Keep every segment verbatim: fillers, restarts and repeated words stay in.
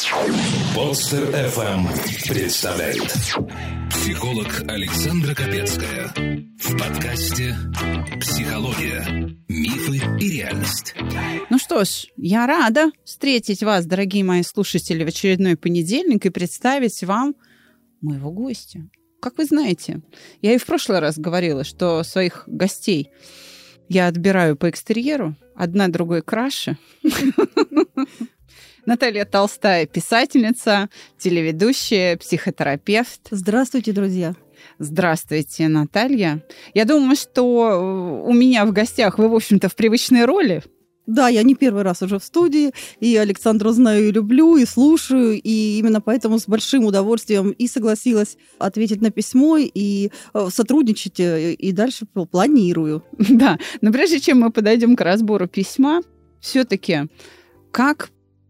Подстер эф эм представляет психолог Александра Капецкая в подкасте «Психология. Мифы и реальность». Ну что ж, я рада встретить вас, дорогие мои слушатели, в очередной понедельник и представить вам моего гостя. Как вы знаете, я и в прошлый раз говорила, что своих гостей я отбираю по экстерьеру, одна другой краше. Наталья Толстая, писательница, телеведущая, психотерапевт. Здравствуйте, друзья. Здравствуйте, Наталья. Я думаю, что у меня в гостях вы, в общем-то, в привычной роли. Да, я не первый раз уже в студии, и Александру знаю и люблю, и слушаю, и именно поэтому с большим удовольствием и согласилась ответить на письмо, и сотрудничать, и дальше планирую. Да, но прежде чем мы подойдем к разбору письма, все-таки как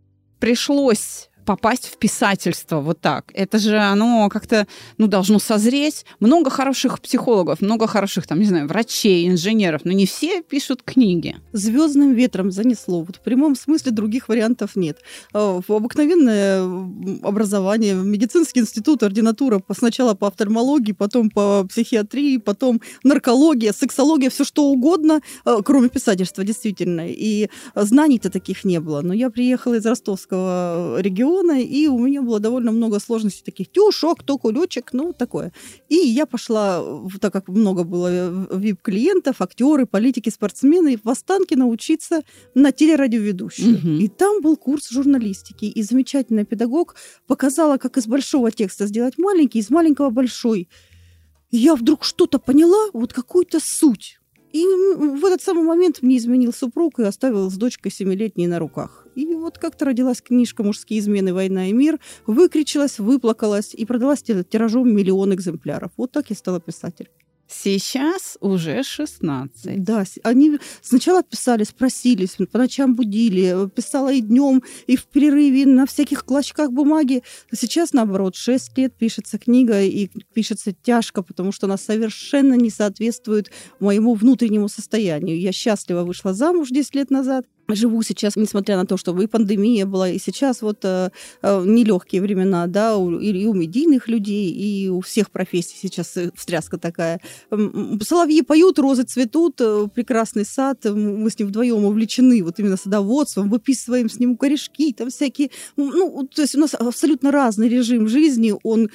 пришлось попасть в писательство вот так? Это же оно как-то, ну, должно созреть. Много хороших психологов, много хороших, там, не знаю, врачей, инженеров, но не все пишут книги. Звездным ветром занесло. Вот в прямом смысле других вариантов нет. Обыкновенное образование, медицинский институт, ординатура сначала по офтальмологии, потом по психиатрии, потом наркология, сексология, все что угодно, кроме писательства, действительно. И знаний-то таких не было. Но я приехала из ростовского региона, и у меня было довольно много сложностей таких. Тюшок, то кулечек, ну, такое. И я пошла, так как много было вип-клиентов, актеры, политики, спортсмены, в Останкино учиться на телерадиоведущую. Угу. И там был курс журналистики. И замечательный педагог показала, как из большого текста сделать маленький, из маленького большой. И я вдруг что-то поняла, вот какую-то суть. И в этот самый момент мне изменил супруг и оставил с дочкой семилетней на руках. И вот как-то родилась книжка «Мужские измены. Война и мир», выкричилась, выплакалась и продалась тиражом миллион экземпляров. Вот так я стала писателем. Сейчас уже шестнадцать. Да, они сначала писали, спросились, по ночам будили, писала и днем, и в перерыве на всяких клочках бумаги. Сейчас, наоборот, шесть лет пишется книга, и пишется тяжко, потому что она совершенно не соответствует моему внутреннему состоянию. Я счастливо вышла замуж десять лет назад. Живу сейчас, несмотря на то, что и пандемия была, и сейчас вот э, э, нелегкие времена, да, у, и у медийных людей, и у всех профессий сейчас встряска такая. Соловьи поют, розы цветут, прекрасный сад, мы с ним вдвоем увлечены вот именно садоводством, выписываем с ним корешки, там всякие, ну, то есть у нас абсолютно разный режим жизни, он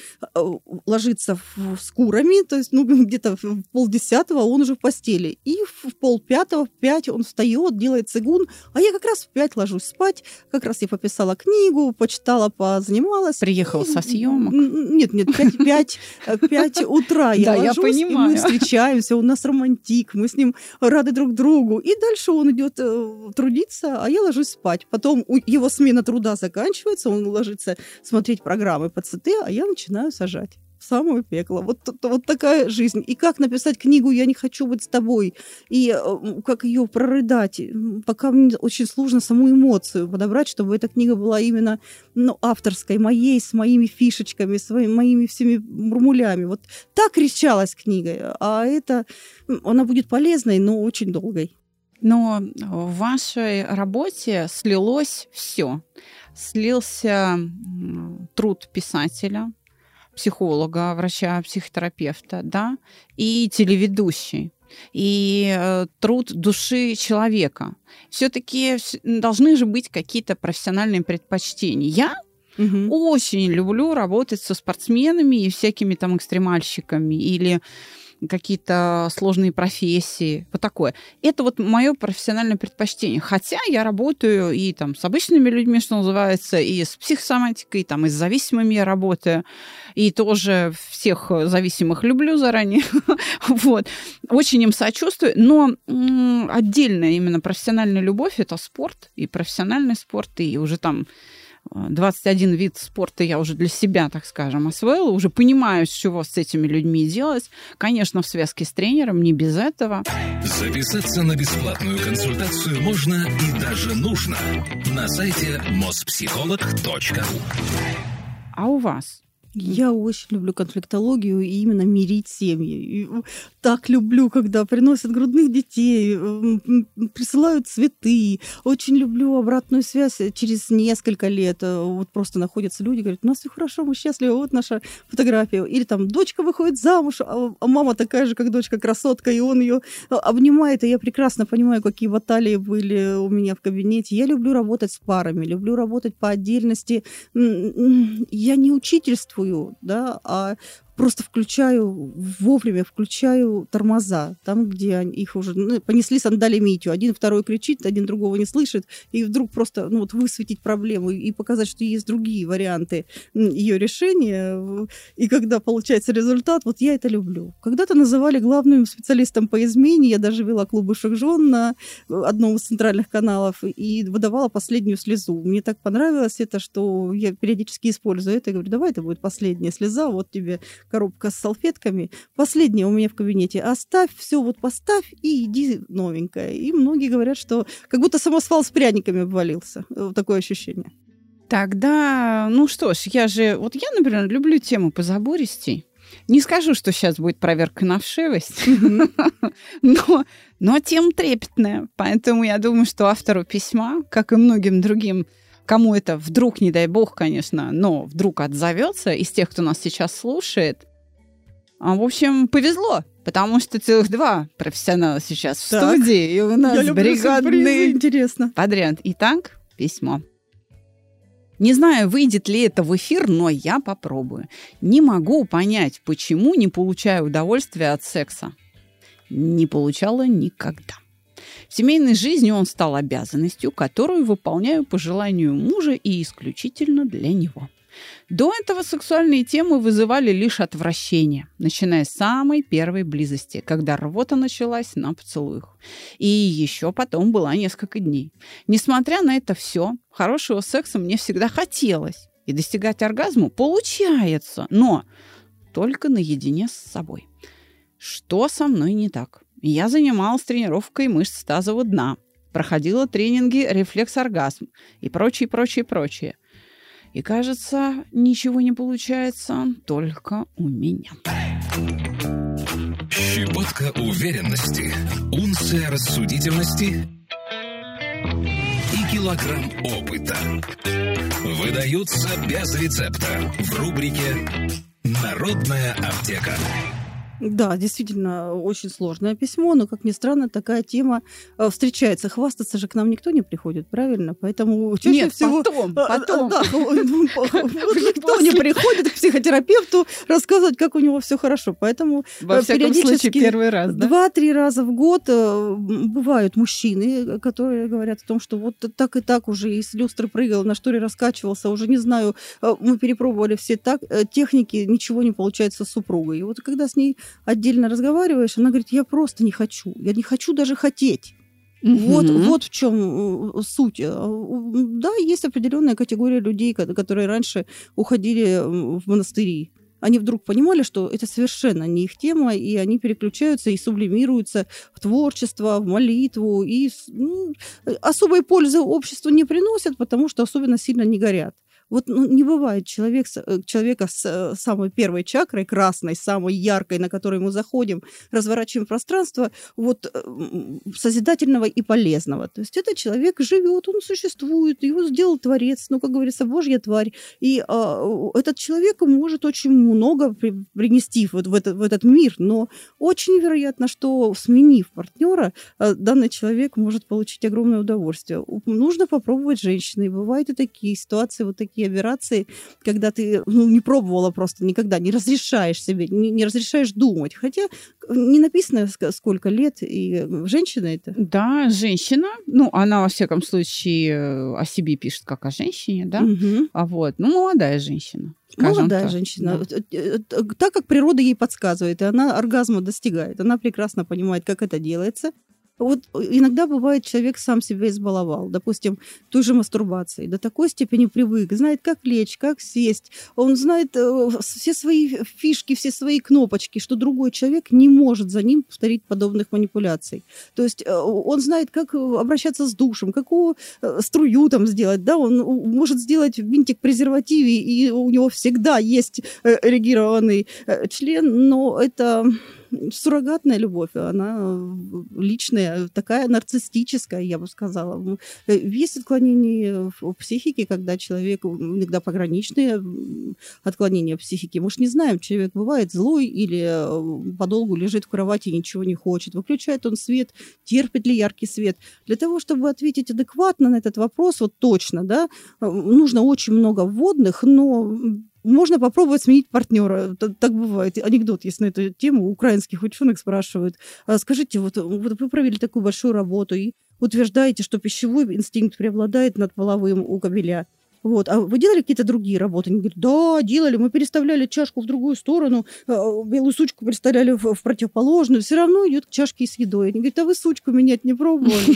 ложится в, с курами, то есть, ну, где-то в полдесятого он уже в постели, и в полпятого, в пять он встает, делает цигун. А я как раз в пять ложусь спать, как раз я пописала книгу, почитала, позанималась. Приехала со съемок. Нет, нет, пять утра я ложусь, и мы встречаемся, у нас романтик, мы с ним рады друг другу. И дальше он идет трудиться, а я ложусь спать. Потом его смена труда заканчивается, он ложится смотреть программы по ЦТ, а я начинаю сажать. В самое пекло. Вот, вот такая жизнь. И как написать книгу «Я не хочу быть с тобой», и как ее прорыдать, пока мне очень сложно саму эмоцию подобрать, чтобы эта книга была именно, ну, авторской, моей, с моими фишечками, с моими всеми мурмулями. Вот так кричалась книга. А это, она будет полезной, но очень долгой. Но в вашей работе слилось все. Слился труд писателя, психолога, врача, психотерапевта, да, и телеведущий, и э, труд души человека. Все-таки должны же быть какие-то профессиональные предпочтения. Я угу. очень люблю работать со спортсменами и всякими там экстремальщиками или какие-то сложные профессии, вот такое. Это вот мое профессиональное предпочтение. Хотя я работаю и там с обычными людьми, что называется, и с психосоматикой, там, и с зависимыми я работаю, и тоже всех зависимых люблю заранее. Вот. Очень им сочувствую, но отдельная именно профессиональная любовь — это спорт, и профессиональный спорт, и уже там двадцать один вид спорта я уже для себя, так скажем, освоила, уже понимаю, чего с этими людьми делать. Конечно, в связке с тренером, не без этого. Записаться на бесплатную консультацию можно и даже нужно на сайте моспсихолог точка ру. А у вас Я очень люблю конфликтологию и именно мирить семьи. И так люблю, когда приносят грудных детей, присылают цветы. Очень люблю обратную связь через несколько лет. Вот просто находятся люди, говорят, у нас все хорошо, мы счастливы, вот наша фотография. Или там дочка выходит замуж, а мама такая же, как дочка, красотка, и он ее обнимает. И я прекрасно понимаю, какие баталии были у меня в кабинете. Я люблю работать с парами, люблю работать по отдельности. Я не учительствую, да, а просто включаю вовремя, включаю тормоза, там, где они, их уже ну, понесли сандали Митю. Один, второй кричит, один другого не слышит, и вдруг просто ну, вот высветить проблему и показать, что есть другие варианты ее решения. И когда получается результат, вот я это люблю. Когда-то называли главным специалистом по измене, я даже вела клуб бывших жен на одном из центральных каналов и выдавала последнюю слезу. Мне так понравилось это, что я периодически использую это и говорю, давай это будет последняя слеза, вот тебе коробка с салфетками. Последняя у меня в кабинете. Оставь все, вот поставь и иди новенькая. И многие говорят, что как будто самосвал с пряниками обвалился. Вот такое ощущение. Тогда, ну что ж, я же... Вот я, например, люблю тему позабористей. Не скажу, что сейчас будет проверка на вшивость, но, но тема трепетная. Поэтому я думаю, что автору письма, как и многим другим, кому это вдруг, не дай бог, конечно, но вдруг отзовется из тех, кто нас сейчас слушает, в общем, повезло, потому что целых два профессионала сейчас в так. студии, и у нас бригадный интересно. подряд. Итак, письмо. Не знаю, выйдет ли это в эфир, но я попробую. Не могу понять, почему не получаю удовольствия от секса. Не получала никогда. В семейной жизни он стал обязанностью, которую выполняю по желанию мужа и исключительно для него. До этого сексуальные темы вызывали лишь отвращение, начиная с самой первой близости, когда рвота началась на поцелуях. И еще потом была несколько дней. Несмотря на это все, хорошего секса мне всегда хотелось. И достигать оргазма получается, но только наедине с собой. Что со мной не так? Я занималась тренировкой мышц тазового дна, проходила тренинги рефлекс-оргазм и прочее, прочее, прочее. И, кажется, ничего не получается только у меня. Щепотка уверенности, унция рассудительности и килограмм опыта выдаются без рецепта в рубрике «Народная аптека». Да, действительно, очень сложное письмо, но, как ни странно, такая тема встречается. Хвастаться же к нам никто не приходит, правильно? Поэтому чаще Нет, всего... потом, потом. Да, никто не приходит к психотерапевту рассказывать, как у него все хорошо. Поэтому во всяком случае первый раз, да? Два-три раза в год бывают мужчины, которые говорят о том, что вот так и так уже из люстры прыгал, на шторе раскачивался, уже не знаю, мы перепробовали все так, техники, ничего не получается с супругой. И вот когда с ней отдельно разговариваешь, она говорит, я просто не хочу, я не хочу даже хотеть. Mm-hmm. Вот, вот в чем суть. Да, есть определенная категория людей, которые раньше уходили в монастыри. Они вдруг понимали, что это совершенно не их тема, и они переключаются и сублимируются в творчество, в молитву, и ну, особой пользы обществу не приносят, потому что особенно сильно не горят. Вот ну, не бывает человек, человека с самой первой чакрой, красной, самой яркой, на которой мы заходим, разворачиваем пространство, вот созидательного и полезного. То есть этот человек живет, он существует, его сделал Творец, ну, как говорится, Божья тварь. И а, этот человек может очень много при, принести вот в, этот, в этот мир, но очень вероятно, что сменив партнера, данный человек может получить огромное удовольствие. Нужно попробовать женщины. Бывают и такие ситуации, вот такие операции, когда ты ну, не пробовала просто никогда, не разрешаешь себе, не, не разрешаешь думать. Хотя не написано, сколько лет, и женщина это. Да, женщина. Ну, она, во всяком случае, о себе пишет как о женщине, да? Угу. А вот, ну, молодая женщина. Молодая так. женщина. Да. Так как природа ей подсказывает, и она оргазма достигает. Она прекрасно понимает, как это делается. Вот иногда бывает, человек сам себя избаловал, допустим, той же мастурбацией, до такой степени привык, знает, как лечь, как сесть, он знает все свои фишки, все свои кнопочки, что другой человек не может за ним повторить подобных манипуляций. То есть он знает, как обращаться с душем, какую струю там сделать, да, он может сделать винтик в презервативе, и у него всегда есть эрегированный член, но это суррогатная любовь, она личная, такая нарциссическая, я бы сказала. Есть отклонения в психике, когда человек, иногда пограничные отклонения психики. Мы же не знаем, человек бывает злой или подолгу лежит в кровати и ничего не хочет. Выключает он свет, терпит ли яркий свет. Для того, чтобы ответить адекватно на этот вопрос, вот точно, да, нужно очень много вводных, но можно попробовать сменить партнера. Так бывает. Анекдот есть на эту тему. Украинских ученых спрашивают: скажите, вот, вот вы провели такую большую работу и утверждаете, что пищевой инстинкт преобладает над половым у кобеля. Вот. А вы делали какие-то другие работы? Они говорят: да, делали. Мы переставляли чашку в другую сторону, белую сучку переставляли в, в противоположную. Все равно идет к чашке с едой. Они говорят: а вы сучку менять не пробовали?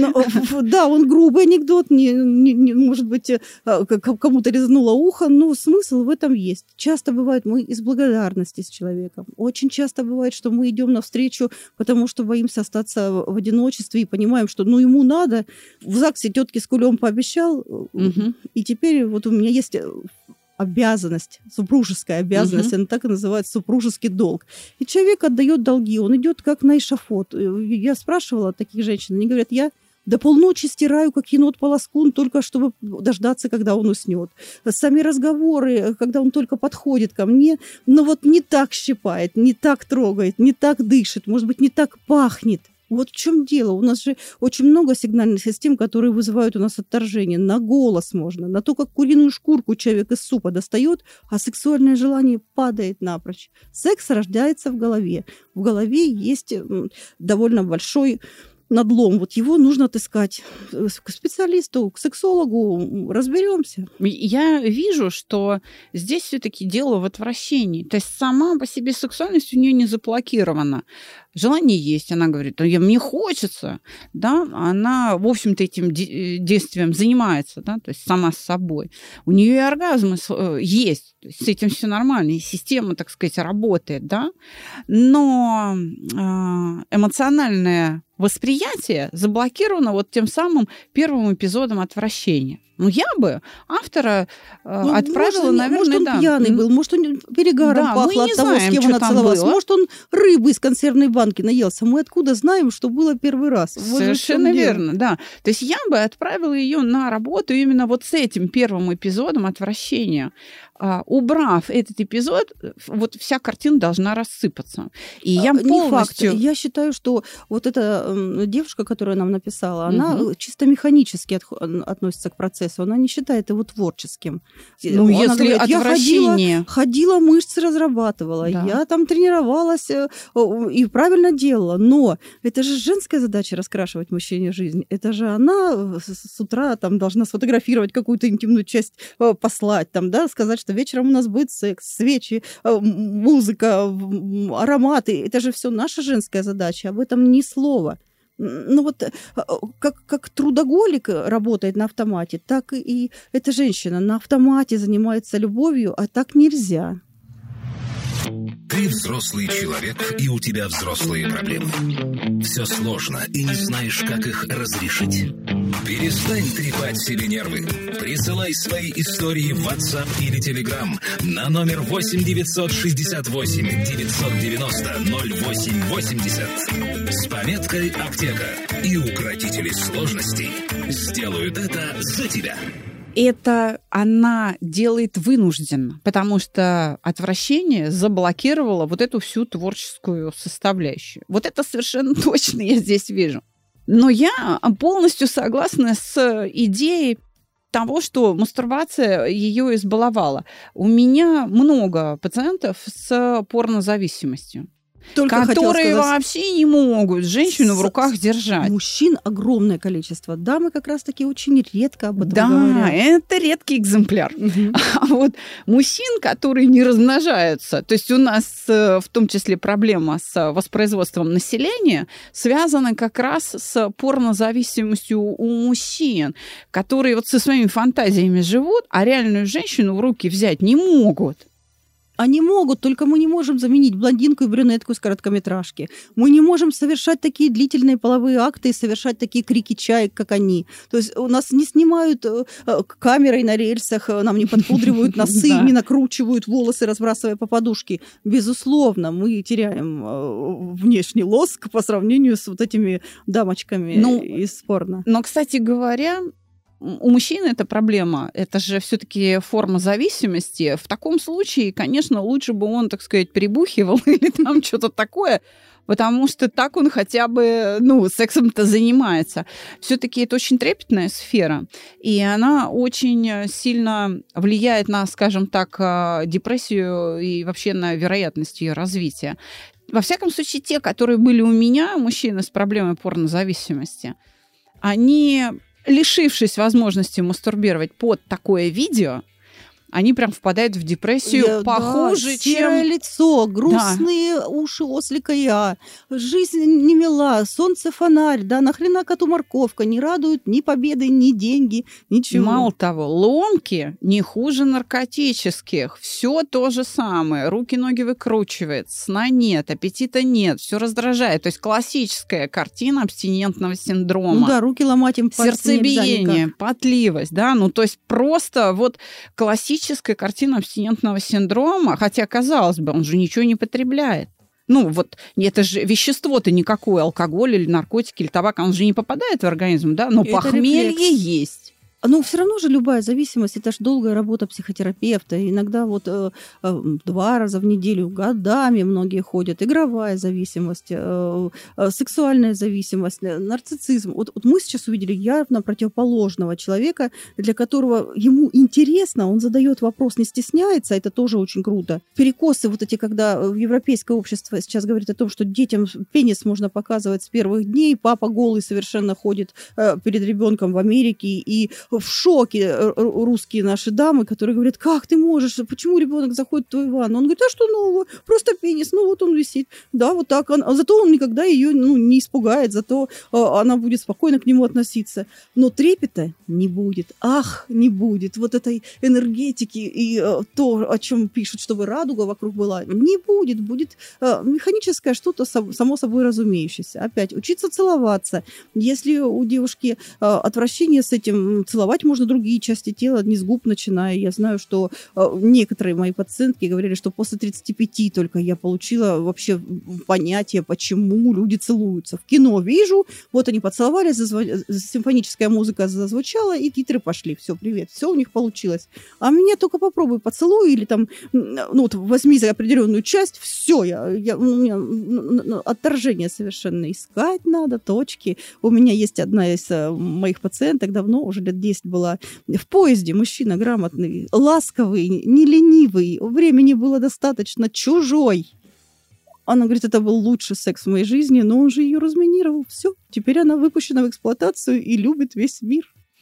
Да, он грубый анекдот, может быть, кому-то резануло ухо, но смысл в этом есть. Часто бывает, мы из благодарности с человеком. Очень часто бывает, что мы идем навстречу, потому что боимся остаться в одиночестве и понимаем, что ну ему надо. В ЗАГСе тетке с кулем пообещал, и теперь вот у меня есть обязанность, супружеская обязанность, uh-huh. она так и называется, супружеский долг. И человек отдает долги, он идет как на эшафот. Я спрашивала таких женщин, они говорят: я до полночи стираю, как енот-полоскун, только чтобы дождаться, когда он уснет. Сами разговоры, когда он только подходит ко мне, но вот не так щипает, не так трогает, не так дышит, может быть, не так пахнет. Вот в чем дело. У нас же очень много сигнальных систем, которые вызывают у нас отторжение. На голос можно, на то, как куриную шкурку человек из супа достает, а сексуальное желание падает напрочь. Секс рождается в голове. В голове есть довольно большой надлом. Вот его нужно отыскать к специалисту, к сексологу, разберемся. Я вижу, что здесь все-таки дело в отвращении. То есть сама по себе сексуальность у нее не заблокирована. Желание есть, она говорит: мне хочется, да, она, в общем-то, этим действием занимается, да, то есть сама с собой. У нее и оргазмы есть, то есть с этим все нормально, и система, так сказать, работает, да, но эмоциональное восприятие заблокировано вот тем самым первым эпизодом отвращения. Ну, я бы автора э, ну, отправила, может, наверное, может, он да. пьяный был, может, он перегаром да, пахло от того, знаем, с кем она целовалась. Было. Может, он рыбы из консервной банки наелся. Мы откуда знаем, что было первый раз? Совершенно верно, да. То есть я бы отправила ее на работу именно вот с этим первым эпизодом отвращения. А, убрав этот эпизод, вот вся картина должна рассыпаться. И я Не полностью... факт. Я считаю, что вот эта девушка, которая нам написала, она угу. чисто механически от, относится к процессу. Она не считает его творческим. Ну, она если говорит: отвращение... Я ходила, ходила, мышцы разрабатывала, да. я там тренировалась и правильно делала. Но это же женская задача — раскрашивать мужчине жизнь. Это же она с утра там должна сфотографировать какую-то интимную часть, послать, там, да, сказать, что вечером у нас будет секс, свечи, музыка, ароматы. Это же все наша женская задача. Об этом ни слова. Ну вот как, как трудоголик работает на автомате, так и эта женщина на автомате занимается любовью, а так нельзя. Ты взрослый человек, и у тебя взрослые проблемы. Все сложно, и не знаешь, как их разрешить. Перестань трепать себе нервы. Присылай свои истории в WhatsApp или Telegram на номер восемь девятьсот шестьдесят восемь девятьсот девяносто ноль восемь восемьдесят с пометкой «Аптека». И укротители сложностей сделают это за тебя. Это она делает вынужденно, потому что отвращение заблокировало вот эту всю творческую составляющую. Вот это совершенно точно я здесь вижу. Но я полностью согласна с идеей того, что мастурбация ее избаловала. У меня много пациентов с порнозависимостью. Только которые вообще не могут женщину С... в руках держать. Мужчин огромное количество. Дамы как раз-таки очень редко об этом да, говорят. Да, это редкий экземпляр. Угу. А вот мужчин, которые не размножаются, то есть у нас в том числе проблема с воспроизводством населения, связана как раз с порнозависимостью у мужчин, которые вот со своими фантазиями живут, а реальную женщину в руки взять не могут. Они могут, только мы не можем заменить блондинку и брюнетку из короткометражки. Мы не можем совершать такие длительные половые акты и совершать такие крики чаек, как они. То есть у нас не снимают камерой на рельсах, нам не подпудривают носы, не накручивают волосы, разбрасывая по подушке. Безусловно, мы теряем внешний лоск по сравнению с вот этими дамочками ну, из порно. Но, кстати говоря, у мужчин это проблема, это же все-таки форма зависимости. В таком случае, конечно, лучше бы он, так сказать, перебухивал или там что-то такое, потому что так он хотя бы, ну, сексом-то занимается. Все-таки это очень трепетная сфера, и она очень сильно влияет на, скажем так, депрессию и вообще на вероятность ее развития. Во всяком случае, те, которые были у меня, мужчины с проблемой порнозависимости, они, лишившись возможности мастурбировать под такое видео, они прям впадают в депрессию я, похуже, да, чем... серое лицо, грустные да. уши ослика я, жизнь не мила, солнце фонарь, да, нахрена коту морковка, не радуют ни победы, ни деньги, ничего. Мало того, ломки не хуже наркотических, все то же самое, руки-ноги выкручивает, сна нет, аппетита нет, все раздражает, то есть классическая картина абстинентного синдрома. Ну да, руки ломать им сердцебиение, потливость, да, ну то есть просто вот классическая картина абстинентного синдрома, хотя, казалось бы, он же ничего не потребляет. Ну, вот это же вещество-то никакое, алкоголь или наркотики или табак, он же не попадает в организм, да, но это похмелье рефлекс. Есть. Но все равно же любая зависимость, это же долгая работа психотерапевта. Иногда вот э, э, два раза в неделю, годами многие ходят. Игровая зависимость, э, э, сексуальная зависимость, нарциссизм. Вот, вот мы сейчас увидели явно противоположного человека, для которого ему интересно, он задает вопрос, не стесняется, это тоже очень круто. Перекосы вот эти, когда европейское общество сейчас говорит о том, что детям пенис можно показывать с первых дней, папа голый совершенно ходит э, перед ребенком в Америке и в шоке русские наши дамы, которые говорят, как ты можешь, почему ребенок заходит в твою ванну? Он говорит, а что нового? Просто пенис, ну вот он висит. Да, вот так. Он, зато он никогда ее ну, не испугает, зато а, она будет спокойно к нему относиться. Но трепета не будет. Ах, не будет. Вот этой энергетики и а, то, о чем пишут, чтобы радуга вокруг была, не будет. Будет а, механическое что-то само собой разумеющееся. Опять, учиться целоваться. Если у девушки а, отвращение с этим, целовать можно другие части тела, не с губ начиная. Я знаю, что э, некоторые мои пациентки говорили, что после тридцати пяти только я получила вообще понятие, почему люди целуются. В кино вижу, вот они поцеловались, зазв... симфоническая музыка зазвучала, и титры пошли. Все, привет, все у них получилось. А меня только попробуй поцелуй, или там, ну вот возьми за определенную часть, все, я, я, у меня отторжение совершенно. Искать надо, точки. У меня есть одна из моих пациенток, давно, уже лет десять была в поезде, мужчина грамотный, ласковый, не ленивый, времени было достаточно, чужой. Она говорит, это был лучший секс в моей жизни, но он же ее разминировал. Все, теперь она выпущена в эксплуатацию и любит весь мир.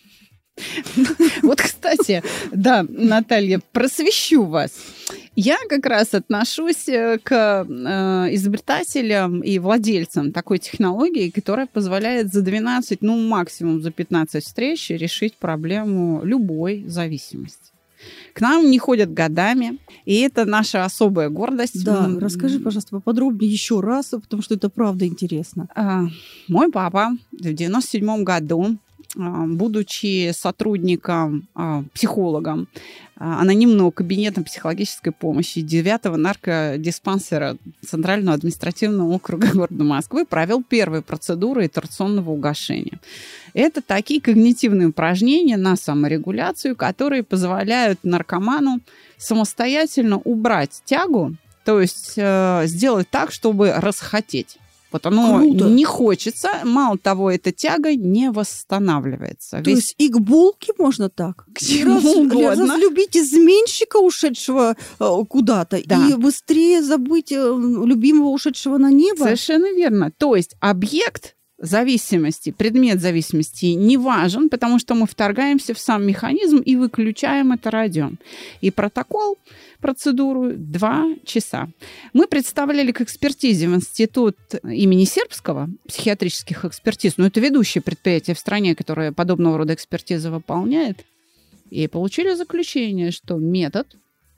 Вот, кстати, да, Наталья, просвещу вас. Я как раз отношусь к изобретателям и владельцам такой технологии, которая позволяет за двенадцать, ну, максимум за пятнадцать встреч решить проблему любой зависимости. К нам не ходят годами, и это наша особая гордость. Да, расскажи, пожалуйста, поподробнее еще раз, потому что это правда интересно. Мой папа в девяносто седьмом году, будучи сотрудником, психологом анонимного кабинета психологической помощи девятого наркодиспансера Центрального административного округа города Москвы, провел первые процедуры итерационного угошения. Это такие когнитивные упражнения на саморегуляцию, которые позволяют наркоману самостоятельно убрать тягу, то есть э, сделать так, чтобы расхотеть. Вот оно Круто. не хочется, мало того, эта тяга не восстанавливается. То Весь... есть и к булке можно так? К чему Раз- угодно. Разлюбить изменщика, ушедшего э, куда-то, Да. и быстрее забыть э, любимого, ушедшего на небо? Совершенно верно. То есть объект зависимости, предмет зависимости не важен, потому что мы вторгаемся в сам механизм и выключаем это радио. И протокол, процедуру два часа. Мы представляли к экспертизе в институт имени Сербского психиатрических экспертиз. Ну, это ведущее предприятие в стране, которое подобного рода экспертизы выполняет. И получили заключение, что метод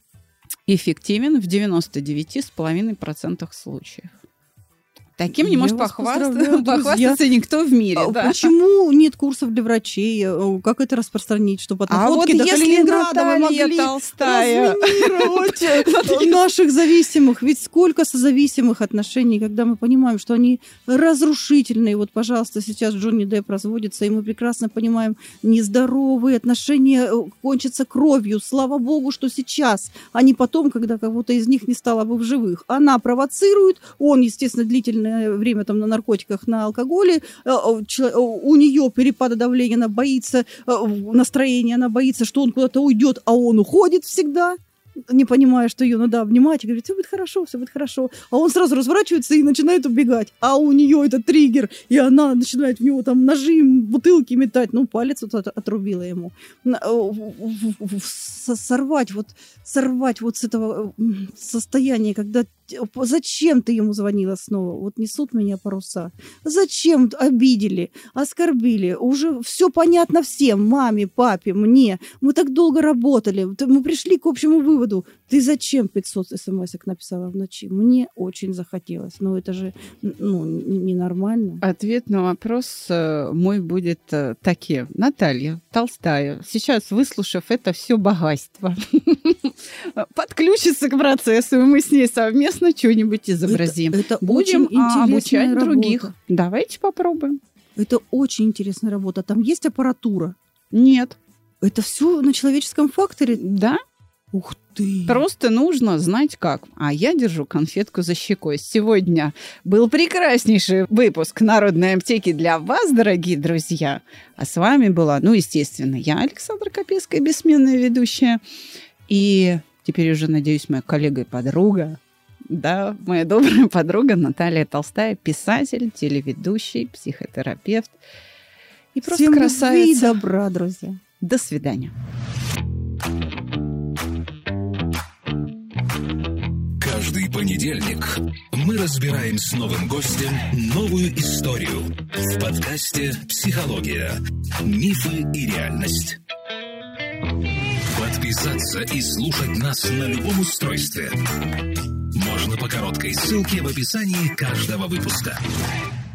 эффективен в девяноста девяти с половиной процентах случаев. Таким не Я может вас похвастаться, поздравляю, друзья. похвастаться никто в мире. А Да. Почему нет курсов для врачей? Э, Как это распространить? Чтобы от А вот находки до если Калининграда мы Наталья могли Толстая... разминировать наших зависимых. Ведь сколько созависимых отношений, когда мы понимаем, что они разрушительные. Вот, пожалуйста, сейчас Джонни Депп разводится, и мы прекрасно понимаем, нездоровые отношения э, кончатся кровью. Слава богу, что сейчас, а не потом, когда кого-то из них не стало бы в живых. Она провоцирует, он, естественно, длительное время там на наркотиках, на алкоголе, э, чело- у нее перепада давления, она боится э, настроения, она боится, что он куда-то уйдет, а он уходит всегда, не понимая, что ее надо обнимать, и говорит, все будет хорошо, все будет хорошо. А он сразу разворачивается и начинает убегать. А у нее это триггер, и она начинает в него там ножи, бутылки метать. Ну, палец вот от- отрубила ему. На- э, в- в- в- с- Сорвать вот, сорвать вот с этого э, м, состояния, когда т- зачем ты ему звонила снова? Вот несут меня паруса. Зачем обидели, оскорбили? Уже все понятно всем, маме, папе, мне. Мы так долго работали, т- мы пришли к общему выводу. Ты зачем пятьсот смс-ок написала в ночи? Мне очень захотелось. Ну, это же ну, н- ненормально. Ответ на вопрос э, мой будет э, таким. Наталья Толстая, сейчас, выслушав это все богатство, подключится к процессу, и мы с ней совместно что-нибудь изобразим. Это, это Будем очень а, интересная обучать других. работа. Давайте попробуем. Это очень интересная работа. Там есть аппаратура. Нет. Это все на человеческом факторе. Да? Ух ты! Просто нужно знать как. А я держу конфетку за щекой. Сегодня был прекраснейший выпуск Народной аптеки для вас, дорогие друзья. А с вами была, ну, естественно, я, Александра Капецкая, бессменная ведущая. И теперь уже, надеюсь, моя коллега и подруга, да, моя добрая подруга Наталья Толстая, писатель, телеведущий, психотерапевт. И просто Всем любви и красавица. добра, друзья. До свидания. Каждый понедельник мы разбираем с новым гостем новую историю в подкасте «Психология. Мифы и реальность». Подписаться и слушать нас на любом устройстве можно по короткой ссылке в описании каждого выпуска.